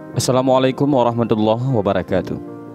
Assalamualaikum warahmatullahi wabarakatuh.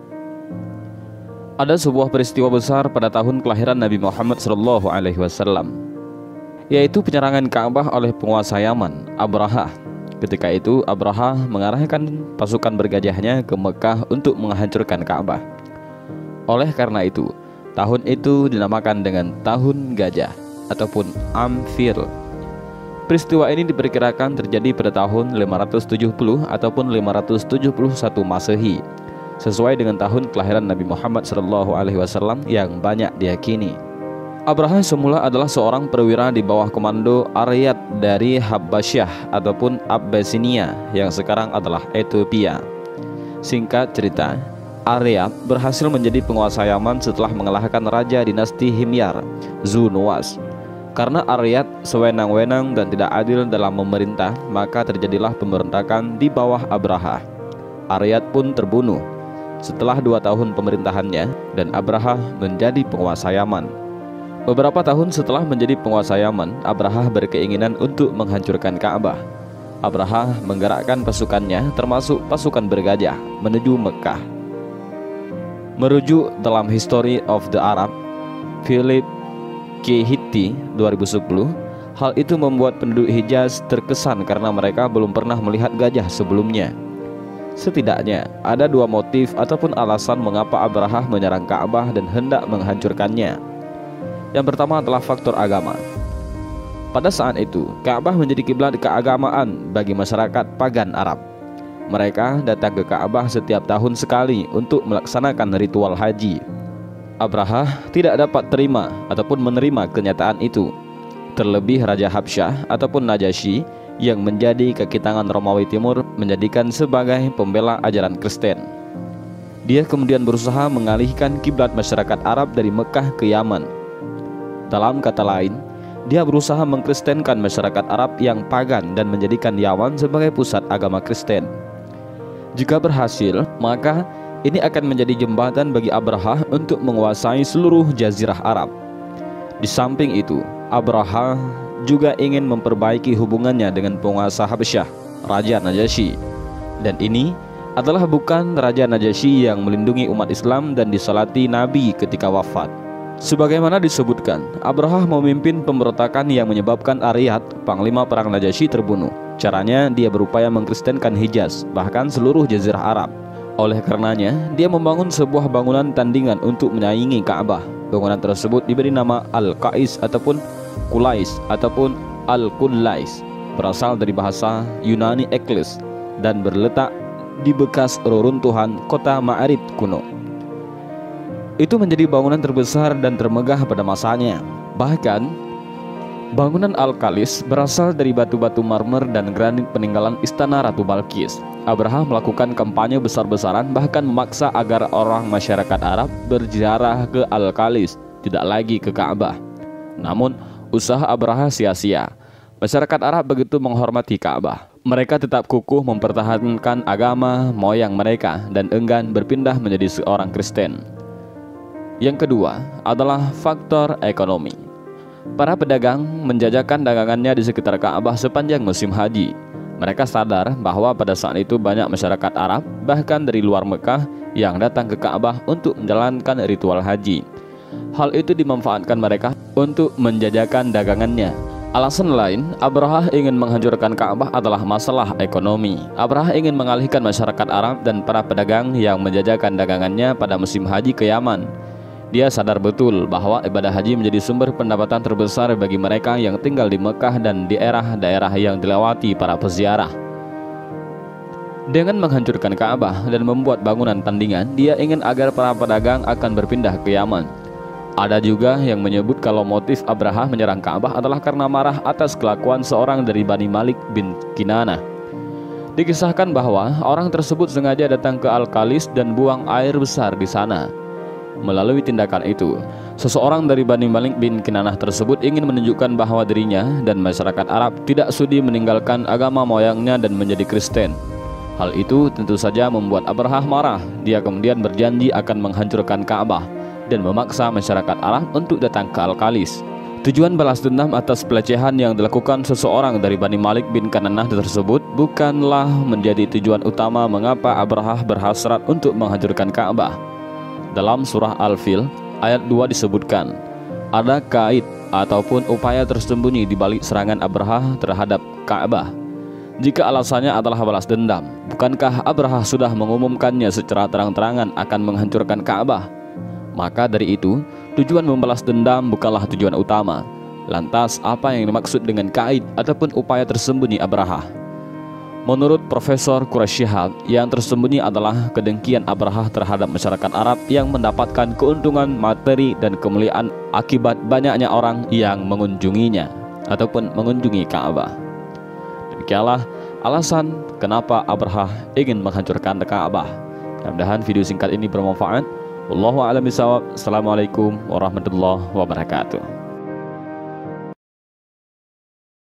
Ada sebuah peristiwa besar pada tahun kelahiran Nabi Muhammad SAW, yaitu penyerangan Ka'bah oleh penguasa Yaman, Abraha. Ketika itu Abraha mengarahkan pasukan bergajahnya ke Mekah untuk menghancurkan Ka'bah. Oleh karena itu, tahun itu dinamakan dengan Tahun Gajah ataupun Am-Fil. Peristiwa ini diperkirakan terjadi pada tahun 570 ataupun 571 Masehi, sesuai dengan tahun kelahiran Nabi Muhammad SAW yang banyak diyakini. Abraha semula adalah seorang perwira di bawah komando Aryad dari Habasyah ataupun Abyssinia yang sekarang adalah Ethiopia. Singkat cerita, Aryad berhasil menjadi penguasa Yaman setelah mengalahkan Raja Dinasti Himyar, Zu-Nuwas. Karena Aryad sewenang-wenang dan tidak adil dalam memerintah, maka terjadilah pemberontakan di bawah Abraha. Aryad pun terbunuh setelah 2 tahun pemerintahannya dan Abraha menjadi penguasa Yaman. Beberapa tahun setelah menjadi penguasa Yaman, Abraha berkeinginan untuk menghancurkan Ka'bah. Abraha menggerakkan pasukannya termasuk pasukan bergajah menuju Mekah. Merujuk dalam History of the Arab, Philip K. Hitti 2010, hal itu membuat penduduk Hijaz terkesan karena mereka belum pernah melihat gajah sebelumnya. Setidaknya ada 2 motif ataupun alasan mengapa Abraha menyerang Ka'bah dan hendak menghancurkannya. Yang pertama adalah faktor agama. Pada saat itu, Ka'bah menjadi kiblat keagamaan bagi masyarakat pagan Arab. Mereka datang ke Ka'bah setiap tahun sekali untuk melaksanakan ritual haji. Abraha tidak dapat terima ataupun menerima kenyataan itu. Terlebih Raja Habsyah ataupun Najasyi yang menjadi kaki tangan Romawi Timur menjadikan sebagai pembela ajaran Kristen. Dia kemudian berusaha mengalihkan kiblat masyarakat Arab dari Mekah ke Yaman. Dalam kata lain, dia berusaha mengkristenkan masyarakat Arab yang pagan dan menjadikan Yaman sebagai pusat agama Kristen. Jika berhasil, maka ini akan menjadi jembatan bagi Abraha untuk menguasai seluruh jazirah Arab. Di samping itu, Abraha juga ingin memperbaiki hubungannya dengan penguasa Habasyah, Raja Najasyi. Dan ini adalah bukan Raja Najasyi yang melindungi umat Islam dan disalati Nabi ketika wafat. Sebagaimana disebutkan, Abraha memimpin pemberontakan yang menyebabkan Aryad, panglima perang Najasyi, terbunuh. Caranya, dia berupaya mengkristenkan Hijaz, bahkan seluruh jazirah Arab. Oleh karenanya, dia membangun sebuah bangunan tandingan untuk menyaingi Ka'bah. Bangunan tersebut diberi nama Al-Qais ataupun Kulais ataupun Al-Kullais, berasal dari bahasa Yunani Eklis dan berletak di bekas reruntuhan kota Ma'arib kuno. Itu menjadi bangunan terbesar dan termegah pada masanya. Bahkan, bangunan Al-Qalis berasal dari batu-batu marmer dan granit peninggalan istana Ratu Balqis. Abraha melakukan kampanye besar-besaran, bahkan memaksa agar orang masyarakat Arab berziarah ke Al-Qalis, tidak lagi ke Ka'bah. Namun, usaha Abraha sia-sia. Masyarakat Arab begitu menghormati Ka'bah. Mereka tetap kukuh mempertahankan agama moyang mereka dan enggan berpindah menjadi seorang Kristen. Yang kedua adalah faktor ekonomi. Para pedagang menjajakan dagangannya di sekitar Ka'bah sepanjang musim haji. Mereka sadar bahwa pada saat itu banyak masyarakat Arab, bahkan dari luar Mekah, yang datang ke Ka'bah untuk menjalankan ritual haji. Hal itu dimanfaatkan mereka untuk menjajakan dagangannya. Alasan lain, Abraha ingin menghancurkan Ka'bah adalah masalah ekonomi. Abraha ingin mengalihkan masyarakat Arab dan para pedagang yang menjajakan dagangannya pada musim haji ke Yaman. Dia sadar betul bahwa ibadah haji menjadi sumber pendapatan terbesar bagi mereka yang tinggal di Mekah dan di daerah-daerah yang dilewati para peziarah. Dengan menghancurkan Ka'bah dan membuat bangunan tandingan, dia ingin agar para pedagang akan berpindah ke Yaman. Ada juga yang menyebut kalau motif Abraha menyerang Ka'bah adalah karena marah atas kelakuan seorang dari Bani Malik bin Kinanah. Dikisahkan bahwa orang tersebut sengaja datang ke Al-Qalis dan buang air besar di sana. Melalui tindakan itu, seseorang dari Bani Malik bin Kinanah tersebut ingin menunjukkan bahwa dirinya dan masyarakat Arab tidak sudi meninggalkan agama moyangnya dan menjadi Kristen. Hal itu tentu saja membuat Abraha marah. Dia kemudian berjanji akan menghancurkan Ka'bah dan memaksa masyarakat Arab untuk datang ke Al-Qalis. Tujuan balas dendam atas pelecehan yang dilakukan seseorang dari Bani Malik bin Kananah tersebut bukanlah menjadi tujuan utama mengapa Abrahah berhasrat untuk menghancurkan Ka'bah. Dalam surah Al-Fil ayat 2 disebutkan, ada kaid ataupun upaya tersembunyi di balik serangan Abrahah terhadap Ka'bah. Jika alasannya adalah balas dendam, bukankah Abrahah sudah mengumumkannya secara terang-terangan akan menghancurkan Ka'bah? Maka dari itu, tujuan membalas dendam bukanlah tujuan utama. Lantas, apa yang dimaksud dengan kaid ataupun upaya tersembunyi Abrahah? Menurut Profesor Quraisy Shihab, yang tersembunyi adalah kedengkian Abrahah terhadap masyarakat Arab yang mendapatkan keuntungan materi dan kemuliaan akibat banyaknya orang yang mengunjunginya ataupun mengunjungi Ka'bah. Demikianlah alasan kenapa Abrahah ingin menghancurkan Ka'bah. Mudah-mudahan video singkat ini bermanfaat. Wallahu a'lam bishawab. Assalamualaikum warahmatullahi wabarakatuh.